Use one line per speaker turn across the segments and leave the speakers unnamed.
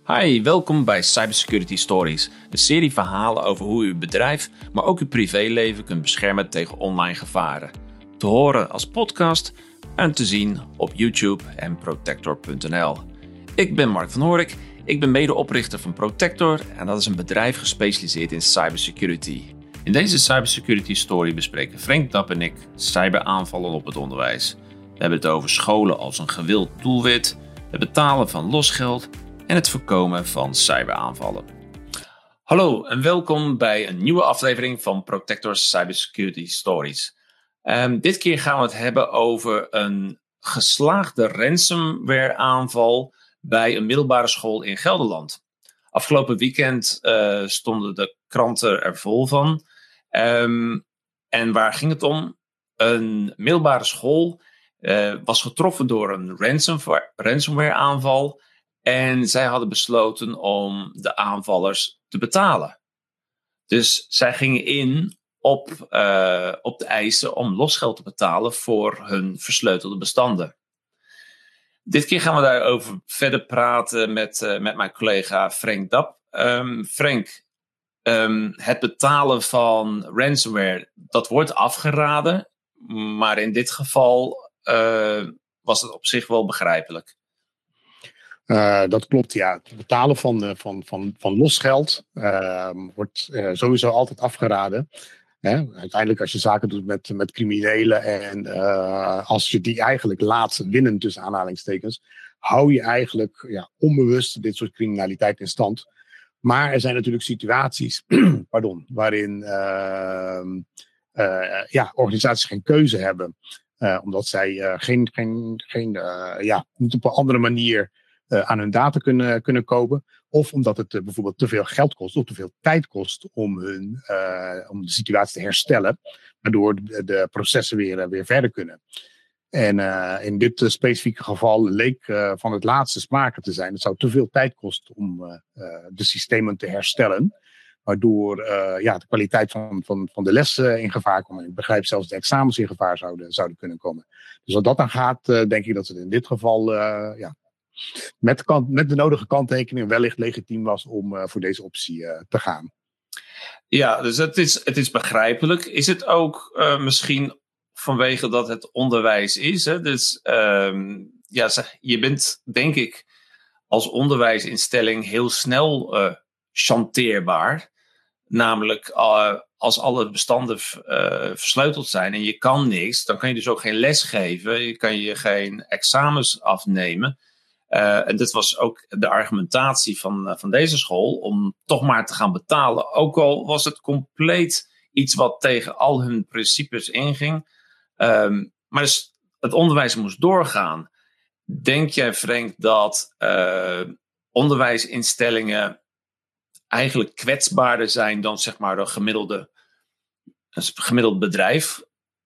Hi, welkom bij Cybersecurity Stories, een serie verhalen over hoe u uw bedrijf, maar ook uw privéleven kunt beschermen tegen online gevaren. Te horen als podcast en te zien op YouTube en Protector.nl. Ik ben Mark van Horik, ik ben medeoprichter van Protector en dat is een bedrijf gespecialiseerd in cybersecurity. In deze Cybersecurity Story bespreken Frank Dapp en ik cyberaanvallen op het onderwijs. We hebben het over scholen als een gewild doelwit, het betalen van losgeld en het voorkomen van cyberaanvallen. Hallo en welkom bij een nieuwe aflevering van Protector's Cybersecurity Stories. Dit keer gaan we het hebben over een geslaagde ransomware aanval bij een middelbare school in Gelderland. Afgelopen weekend stonden de kranten er vol van. En waar ging het om? Een middelbare school was getroffen door een ransomware aanval. En zij hadden besloten om de aanvallers te betalen. Dus zij gingen in op de eisen om losgeld te betalen voor hun versleutelde bestanden. Dit keer gaan we daarover verder praten met mijn collega Frank Dapp. Frank, het betalen van ransomware, dat wordt afgeraden. Maar in dit geval was het op zich wel begrijpelijk.
Dat klopt, ja. Het betalen van losgeld wordt sowieso altijd afgeraden. Uiteindelijk als je zaken doet met criminelen en als je die eigenlijk laat winnen tussen aanhalingstekens, hou je eigenlijk onbewust dit soort criminaliteit in stand. Maar er zijn natuurlijk situaties waarin organisaties geen keuze hebben. Omdat zij niet op een andere manier aan hun data kunnen kopen. Of omdat het bijvoorbeeld te veel geld kost of te veel tijd kost om de situatie te herstellen. Waardoor de processen weer verder kunnen. En in dit specifieke geval leek van het laatste sprake te zijn. Het zou te veel tijd kosten om de systemen te herstellen. Waardoor de kwaliteit van de les in gevaar komt. En ik begrijp zelfs de examens in gevaar zouden kunnen komen. Dus wat dat aan gaat, denk ik dat het in dit geval met de nodige kanttekening wellicht legitiem was om voor deze optie te gaan.
Ja, dus het is begrijpelijk. Is het ook misschien vanwege dat het onderwijs is? Hè? Dus je bent denk ik als onderwijsinstelling heel snel chanteerbaar. Namelijk als alle bestanden versleuteld zijn en je kan niks, dan kan je dus ook geen les geven. Je kan je geen examens afnemen. En dit was ook de argumentatie van deze school om toch maar te gaan betalen. Ook al was het compleet iets wat tegen al hun principes inging. Maar dus het onderwijs moest doorgaan. Denk jij, Frank, dat onderwijsinstellingen eigenlijk kwetsbaarder zijn dan zeg maar een gemiddeld bedrijf?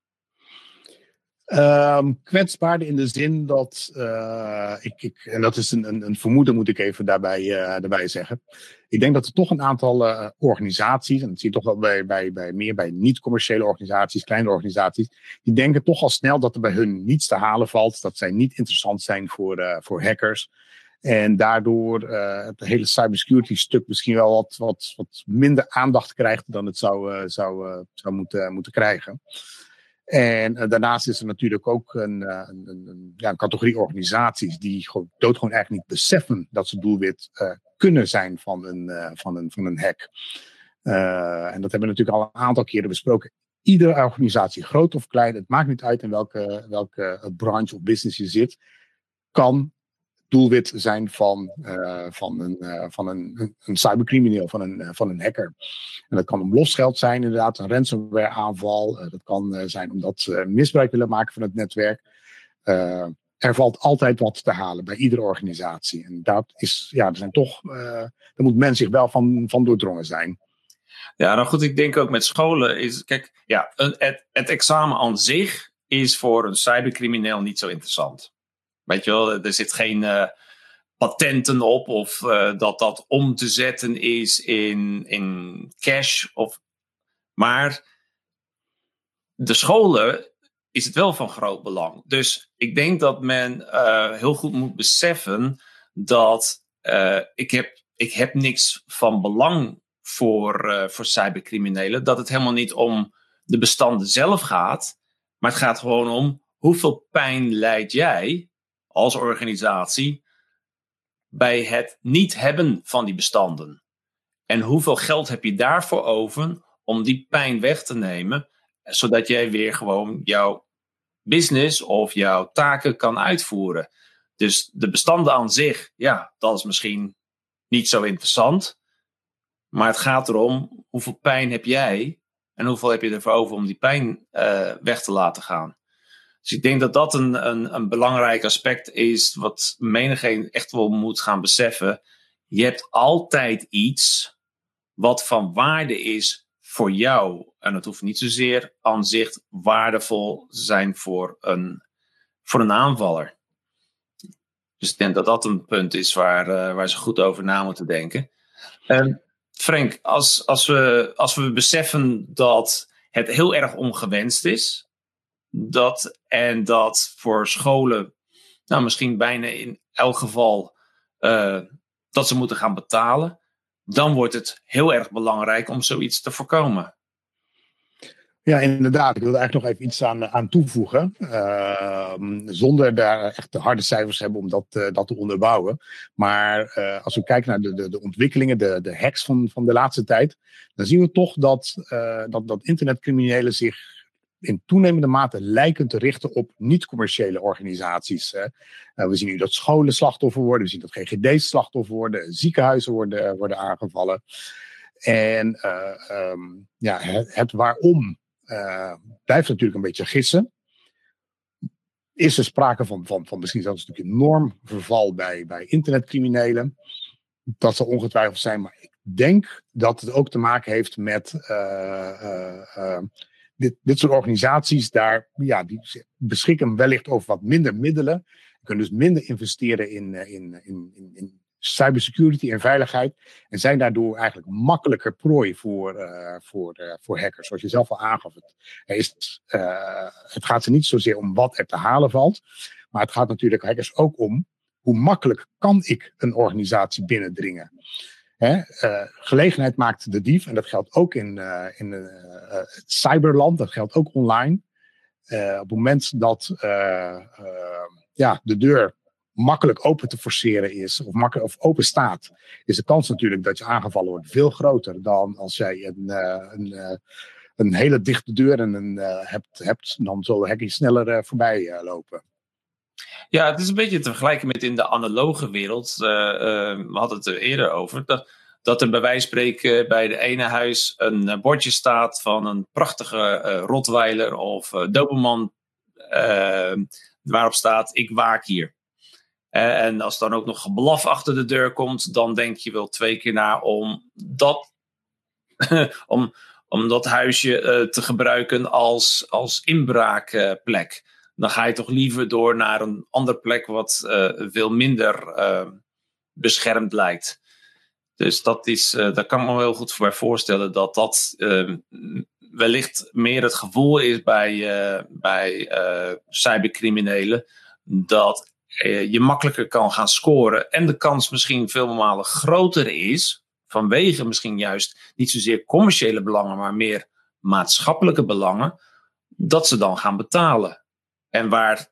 Kwetsbaarder in de zin dat en dat is een vermoeden, moet ik even daarbij zeggen. Ik denk dat er toch een aantal organisaties, en dat zie je toch wel bij niet-commerciële organisaties, kleine organisaties, die denken toch al snel dat er bij hun niets te halen valt, dat zij niet interessant zijn voor hackers. En daardoor het hele cybersecurity stuk misschien wel wat minder aandacht krijgt dan het zou moeten krijgen. En daarnaast is er natuurlijk ook een categorie organisaties die gewoon eigenlijk niet beseffen dat ze doelwit kunnen zijn van een hack. En dat hebben we natuurlijk al een aantal keren besproken. Iedere organisatie, groot of klein, het maakt niet uit in welke branche of business je zit, kan doelwit zijn van een cybercrimineel, van een hacker. En dat kan om losgeld zijn, inderdaad, een ransomware aanval. Dat kan zijn omdat ze misbruik willen maken van het netwerk. Er valt altijd wat te halen bij iedere organisatie. En dat is, er zijn toch, daar moet men zich wel van doordrongen zijn.
Ja, nou goed, ik denk ook met scholen het examen aan zich is voor een cybercrimineel niet zo interessant. Weet je wel, er zit geen patenten op of dat om te zetten is in cash. Maar de scholen is het wel van groot belang. Dus ik denk dat men heel goed moet beseffen dat ik heb niks van belang voor cybercriminelen. Dat het helemaal niet om de bestanden zelf gaat. Maar het gaat gewoon om hoeveel pijn leid jij als organisatie bij het niet hebben van die bestanden. En hoeveel geld heb je daarvoor over om die pijn weg te nemen, zodat jij weer gewoon jouw business of jouw taken kan uitvoeren. Dus de bestanden aan zich, ja, dat is misschien niet zo interessant. Maar het gaat erom, hoeveel pijn heb jij en hoeveel heb je ervoor over om die pijn weg te laten gaan. Dus ik denk dat dat een belangrijk aspect is wat menigeen echt wel moet gaan beseffen. Je hebt altijd iets wat van waarde is voor jou. En dat hoeft niet zozeer aan zich waardevol te zijn voor een aanvaller. Dus ik denk dat dat een punt is waar ze goed over na moeten denken. Frank, als we beseffen dat het heel erg ongewenst is, dat voor scholen, nou misschien bijna in elk geval, dat ze moeten gaan betalen, dan wordt het heel erg belangrijk om zoiets te voorkomen.
Ja, inderdaad. Ik wil er eigenlijk nog even iets aan toevoegen. Zonder daar echt de harde cijfers te hebben om dat te onderbouwen. Maar als we kijken naar de ontwikkelingen, de hacks van de laatste tijd, dan zien we toch dat internetcriminelen zich in toenemende mate lijken te richten op niet-commerciële organisaties. We zien nu dat scholen slachtoffer worden, we zien dat GGD's slachtoffer worden, ziekenhuizen worden aangevallen. En het waarom blijft natuurlijk een beetje gissen. Is er sprake van misschien zelfs een stukje normverval bij internetcriminelen? Dat zal ongetwijfeld zijn, maar ik denk dat het ook te maken heeft met dit soort organisaties die beschikken wellicht over wat minder middelen. Kunnen dus minder investeren in cybersecurity en veiligheid. En zijn daardoor eigenlijk makkelijker prooi voor hackers. Zoals je zelf al aangaf. Het gaat ze niet zozeer om wat er te halen valt. Maar het gaat natuurlijk hackers ook om hoe makkelijk kan ik een organisatie binnendringen. Gelegenheid maakt de dief. En dat geldt ook in het cyberland. Dat geldt ook online. Op het moment dat de deur makkelijk open te forceren is, of open staat, is de kans natuurlijk dat je aangevallen wordt veel groter dan als jij een hele dichte deur hebt, dan zal de hacker sneller voorbij lopen.
Ja, het is een beetje te vergelijken met in de analoge wereld. We hadden het er eerder over. Dat er bij wijze van spreken bij de ene huis een bordje staat van een prachtige Rottweiler of Doberman. Waarop staat, ik waak hier. En als dan ook nog geblaf achter de deur komt, dan denk je wel 2 keer na om dat huisje te gebruiken als inbraakplek. Dan ga je toch liever door naar een andere plek wat veel minder beschermd lijkt. Dus daar kan ik me wel heel goed bij voorstellen dat wellicht meer het gevoel is bij cybercriminelen dat je makkelijker kan gaan scoren en de kans misschien veel malen groter is, vanwege misschien juist niet zozeer commerciële belangen, maar meer maatschappelijke belangen, dat ze dan gaan betalen. En waar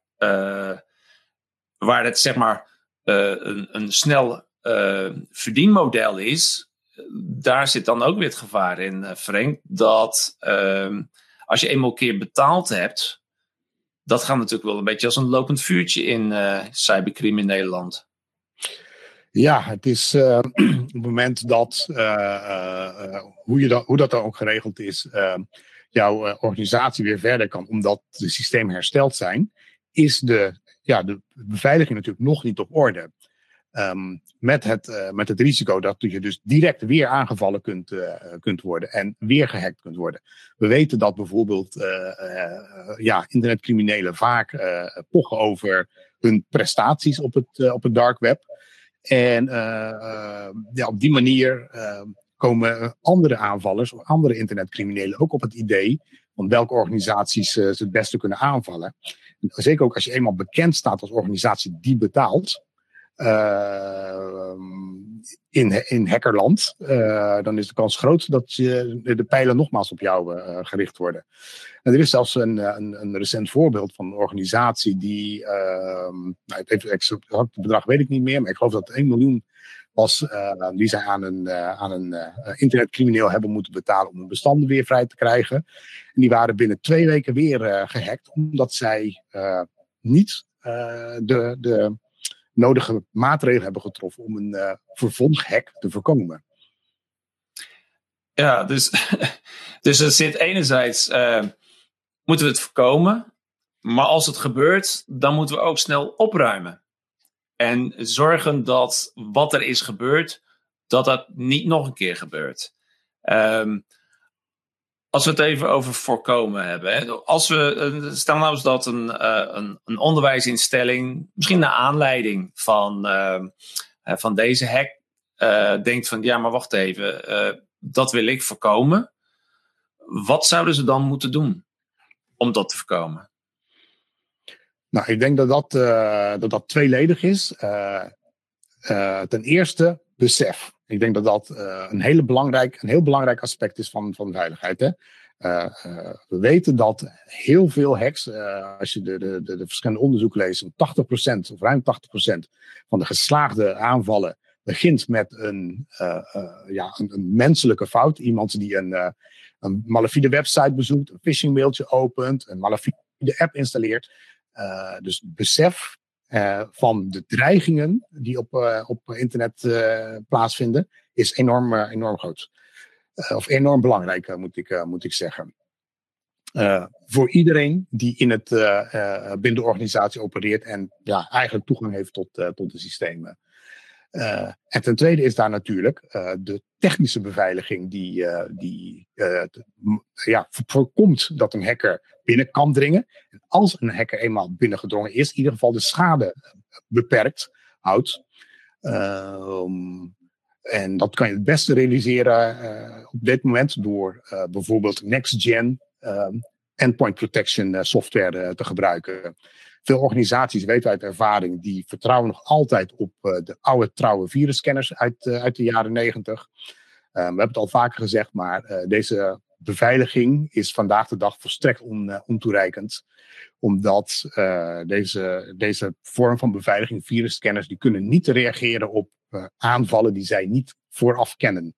het zeg maar een snel verdienmodel is, daar zit dan ook weer het gevaar in, Frank, dat als je eenmaal een keer betaald hebt, dat gaat natuurlijk wel een beetje als een lopend vuurtje in cybercriminelenland.
Ja, het is op het moment dat hoe dat dan ook geregeld is, jouw organisatie weer verder kan, omdat de systemen hersteld zijn, is de beveiliging natuurlijk nog niet op orde. Met het risico dat je dus direct weer aangevallen kunt worden en weer gehackt kunt worden. We weten dat bijvoorbeeld internetcriminelen vaak pochen over hun prestaties op het dark web. En op die manier komen andere aanvallers of andere internetcriminelen ook op het idee van welke organisaties ze het beste kunnen aanvallen. En zeker ook als je eenmaal bekend staat als organisatie die betaalt, in hackerland, dan is de kans groot dat de pijlen nogmaals op jou gericht worden. En er is zelfs een recent voorbeeld van een organisatie die, het bedrag weet ik niet meer, maar ik geloof dat het 1 miljoen was, die zij aan een internetcrimineel hebben moeten betalen om hun bestanden weer vrij te krijgen. En die waren binnen 2 weken weer gehackt, omdat zij niet de nodige maatregelen hebben getroffen om een vervolghack te voorkomen.
Ja, dus er zit enerzijds, moeten we het voorkomen, maar als het gebeurt, dan moeten we ook snel opruimen. En zorgen dat wat er is gebeurd, dat niet nog een keer gebeurt. Als we het even over voorkomen hebben. Hè. Stel nou eens dat een onderwijsinstelling, misschien naar aanleiding van deze hack, denkt van ja, maar wacht even, dat wil ik voorkomen. Wat zouden ze dan moeten doen om dat te voorkomen?
Nou, ik denk dat tweeledig is. Ten eerste, besef. Ik denk dat een heel belangrijk aspect is van veiligheid. Hè? We weten dat heel veel hacks, als je de verschillende onderzoeken leest, 80% of ruim 80% van de geslaagde aanvallen begint met een menselijke fout. Iemand die een malafide website bezoekt, een phishing mailtje opent, een malafide app installeert. Dus besef van de dreigingen die op internet plaatsvinden is enorm groot. Of enorm belangrijk, moet ik zeggen. Voor iedereen die binnen de organisatie opereert en eigenlijk toegang heeft tot de systemen. En ten tweede is daar natuurlijk de technische beveiliging die voorkomt dat een hacker binnen kan dringen. En als een hacker eenmaal binnengedrongen is, in ieder geval de schade beperkt houdt. En dat kan je het beste realiseren op dit moment door bijvoorbeeld next-gen endpoint protection software te gebruiken. Veel organisaties, weten uit ervaring, die vertrouwen nog altijd op de oude trouwe virusscanners uit de jaren 90. We hebben het al vaker gezegd, maar deze beveiliging is vandaag de dag volstrekt ontoereikend. Omdat deze vorm van beveiliging, virusscanners, die kunnen niet reageren op aanvallen die zij niet vooraf kennen.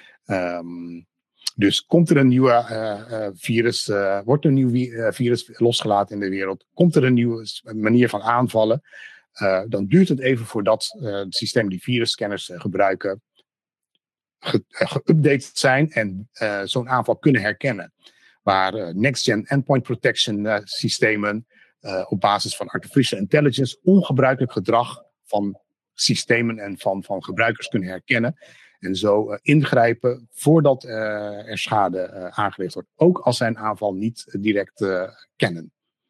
Dus komt er een nieuwe virus, wordt er een nieuw virus losgelaten in de wereld, komt er een nieuwe manier van aanvallen, dan duurt het even voordat het systeem die virusscanners gebruiken geüpdate zijn en zo'n aanval kunnen herkennen. Waar next-gen endpoint protection systemen op basis van artificial intelligence ongebruikelijk gedrag van systemen en van gebruikers kunnen herkennen. En zo ingrijpen voordat er schade aangericht wordt. Ook als zij een aanval niet direct kennen.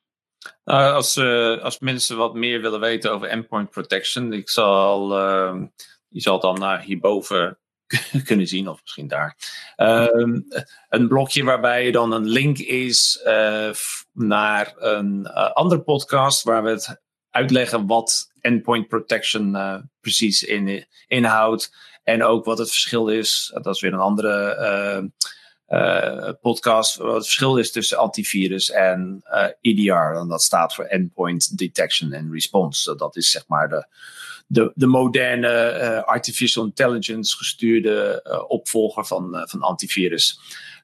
Als mensen wat meer willen weten over endpoint protection. Je zal het dan naar hierboven kunnen zien. Of misschien daar. Een blokje waarbij dan een link is naar een andere podcast. Waar we het uitleggen wat endpoint protection precies inhoudt. En ook wat het verschil is. Dat is weer een andere podcast. Wat het verschil is tussen antivirus en EDR. En dat staat voor Endpoint Detection and Response. Dat is zeg maar de moderne artificial intelligence gestuurde opvolger van antivirus.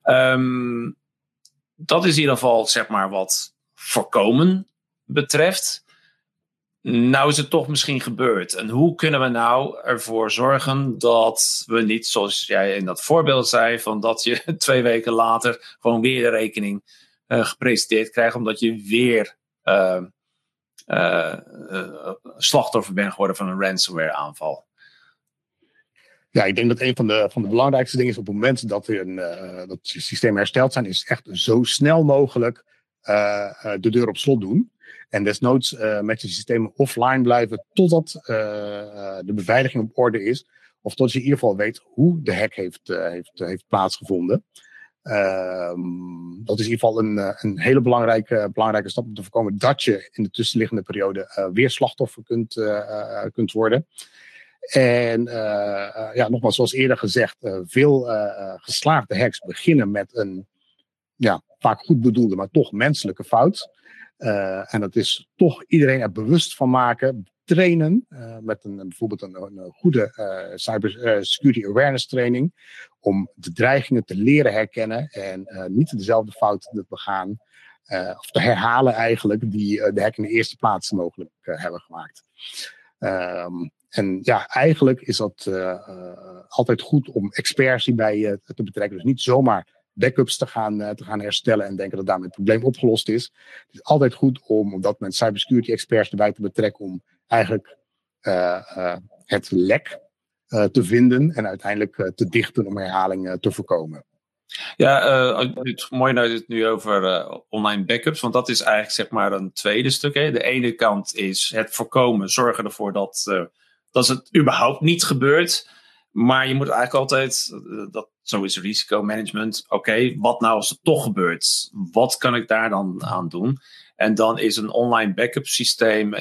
Dat is in ieder geval zeg maar wat voorkomen betreft. Nou is het toch misschien gebeurd. En hoe kunnen we nou ervoor zorgen dat we niet, zoals jij in dat voorbeeld zei, van dat je 2 weken later gewoon weer de rekening gepresenteerd krijgt, omdat je weer slachtoffer bent geworden van een ransomware aanval.
Ja, ik denk dat een van de belangrijkste dingen is op het moment dat dat systemen hersteld zijn, is echt zo snel mogelijk de deur op slot doen. En desnoods met je systemen offline blijven totdat de beveiliging op orde is. Of tot je in ieder geval weet hoe de hack heeft plaatsgevonden. Dat is in ieder geval een hele belangrijke stap om te voorkomen dat je in de tussenliggende periode weer slachtoffer kunt worden. En nogmaals, zoals eerder gezegd, veel geslaagde hacks beginnen met een vaak goed bedoelde, maar toch menselijke fout. En dat is toch iedereen er bewust van maken, trainen met bijvoorbeeld een goede cybersecurity awareness training, om de dreigingen te leren herkennen en niet dezelfde fouten te begaan of te herhalen eigenlijk die de hack in de eerste plaats mogelijk hebben gemaakt. En eigenlijk is dat altijd goed om experts hierbij te betrekken. Dus niet zomaar backups te gaan herstellen en denken dat daarmee het probleem opgelost is. Het is altijd goed om op dat moment cybersecurity experts erbij te betrekken om eigenlijk het lek te vinden en uiteindelijk te dichten om herhaling te voorkomen.
Ja, mooi dat je het nu over online backups, want dat is eigenlijk zeg maar een tweede stuk. Hè. De ene kant is het voorkomen, zorgen ervoor dat het überhaupt niet gebeurt. Maar je moet eigenlijk altijd, zo is risicomanagement, oké, wat nou als het toch gebeurt? Wat kan ik daar dan aan doen? En dan is een online backup systeem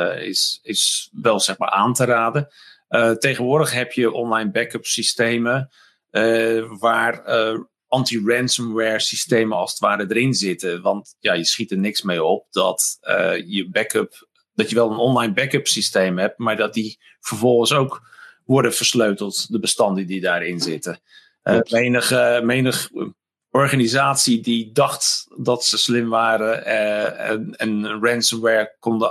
is wel zeg maar aan te raden. Tegenwoordig heb je online backup systemen waar anti-ransomware systemen als het ware erin zitten. Want je schiet er niks mee op dat dat je wel een online backup systeem hebt, maar dat die vervolgens ook worden versleuteld, de bestanden die daarin zitten. Menig organisatie die dacht dat ze slim waren en ransomware konden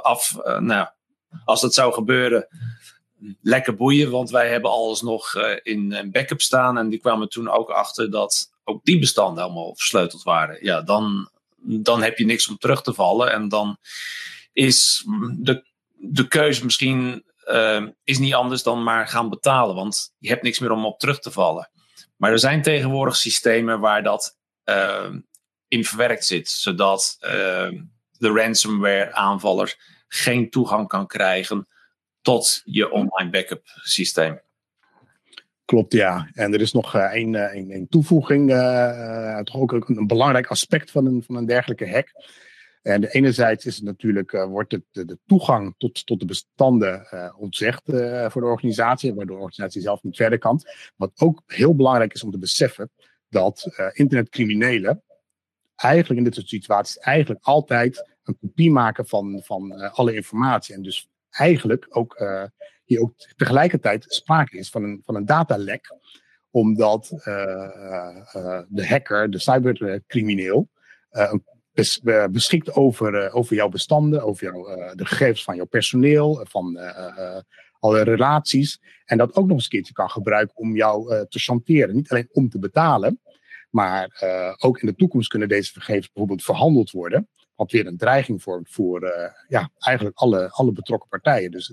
als dat zou gebeuren, lekker boeien, want wij hebben alles nog in een backup staan en die kwamen toen ook achter dat ook die bestanden helemaal versleuteld waren. Ja, dan heb je niks om terug te vallen en dan is de keuze misschien is niet anders dan maar gaan betalen, want je hebt niks meer om op terug te vallen. Maar er zijn tegenwoordig systemen waar dat in verwerkt zit, zodat de ransomware aanvaller geen toegang kan krijgen tot je online backup systeem.
Klopt, ja. En er is nog één toevoeging, toch ook een belangrijk aspect van een dergelijke hack. En enerzijds is het natuurlijk, wordt de toegang tot de bestanden ontzegd voor de organisatie, waardoor de organisatie zelf niet verder kan. Wat ook heel belangrijk is om te beseffen, dat internetcriminelen eigenlijk in dit soort situaties eigenlijk altijd een kopie maken van alle informatie. En dus eigenlijk ook hier ook tegelijkertijd sprake is van een datalek, omdat de hacker, de cybercrimineel, beschikt over jouw bestanden, over de gegevens van jouw personeel, van alle relaties. En dat ook nog eens een keertje kan gebruiken om jou te chanteren. Niet alleen om te betalen, maar ook in de toekomst kunnen deze gegevens bijvoorbeeld verhandeld worden. Wat weer een dreiging vormt voor eigenlijk alle betrokken partijen. Dus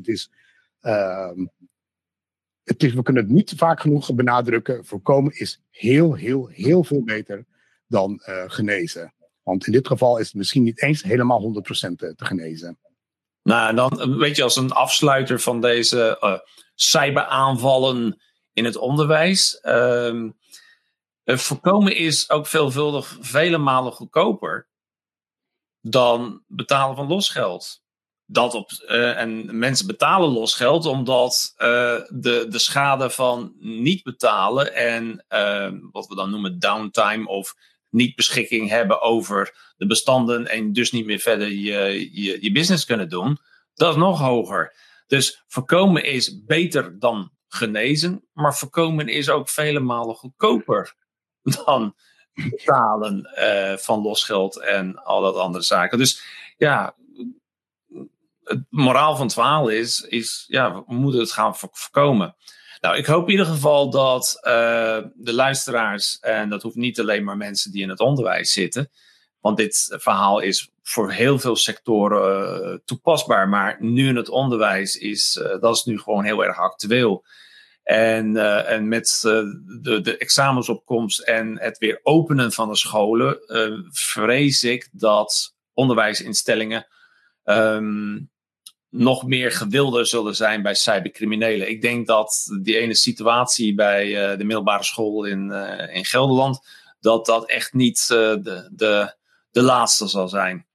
we kunnen het niet vaak genoeg benadrukken. Voorkomen is heel, heel, heel veel beter dan genezen. Want in dit geval is het misschien niet eens helemaal 100% te genezen.
Nou, en dan weet je, als een afsluiter van deze cyberaanvallen in het onderwijs. Voorkomen is ook veelvuldig vele malen goedkoper dan betalen van losgeld. En mensen betalen losgeld omdat de schade van niet betalen en wat we dan noemen downtime of niet beschikking hebben over de bestanden en dus niet meer verder je business kunnen doen, dat is nog hoger. Dus voorkomen is beter dan genezen, maar voorkomen is ook vele malen goedkoper dan betalen van losgeld en al dat andere zaken. Dus ja, het moraal van het verhaal is we moeten het gaan voorkomen. Nou, ik hoop in ieder geval dat de luisteraars, en dat hoeft niet alleen maar mensen die in het onderwijs zitten, want dit verhaal is voor heel veel sectoren toepasbaar, maar nu in het onderwijs dat is nu gewoon heel erg actueel. En met de examensopkomst en het weer openen van de scholen, vrees ik dat onderwijsinstellingen nog meer gewilder zullen zijn bij cybercriminelen. Ik denk dat die ene situatie bij de middelbare school in Gelderland, dat echt niet de laatste zal zijn.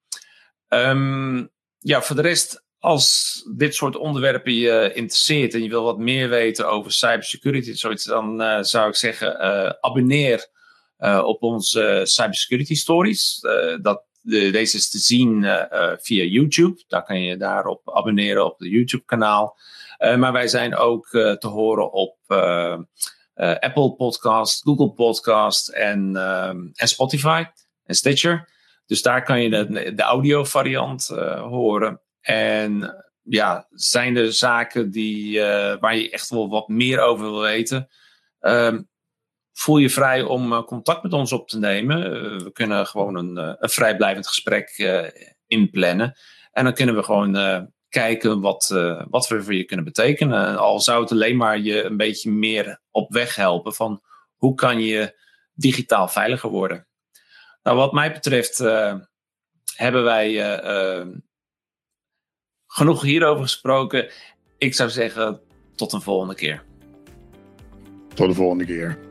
Voor de rest, als dit soort onderwerpen je interesseert en je wil wat meer weten over cybersecurity, dan zou ik zeggen, abonneer op onze cybersecurity stories. Deze is te zien via YouTube. Daar kan je daarop abonneren op het YouTube kanaal. Maar wij zijn ook te horen op Apple Podcast, Google Podcast en Spotify en Stitcher. Dus daar kan je de audio variant horen. En zijn er zaken waar je echt wel wat meer over wil weten, voel je vrij om contact met ons op te nemen. We kunnen gewoon een vrijblijvend gesprek inplannen. En dan kunnen we gewoon kijken wat we voor je kunnen betekenen. Al zou het alleen maar je een beetje meer op weg helpen van hoe kan je digitaal veiliger worden. Nou, wat mij betreft hebben wij genoeg hierover gesproken. Ik zou zeggen, tot een volgende keer.
Tot de volgende keer.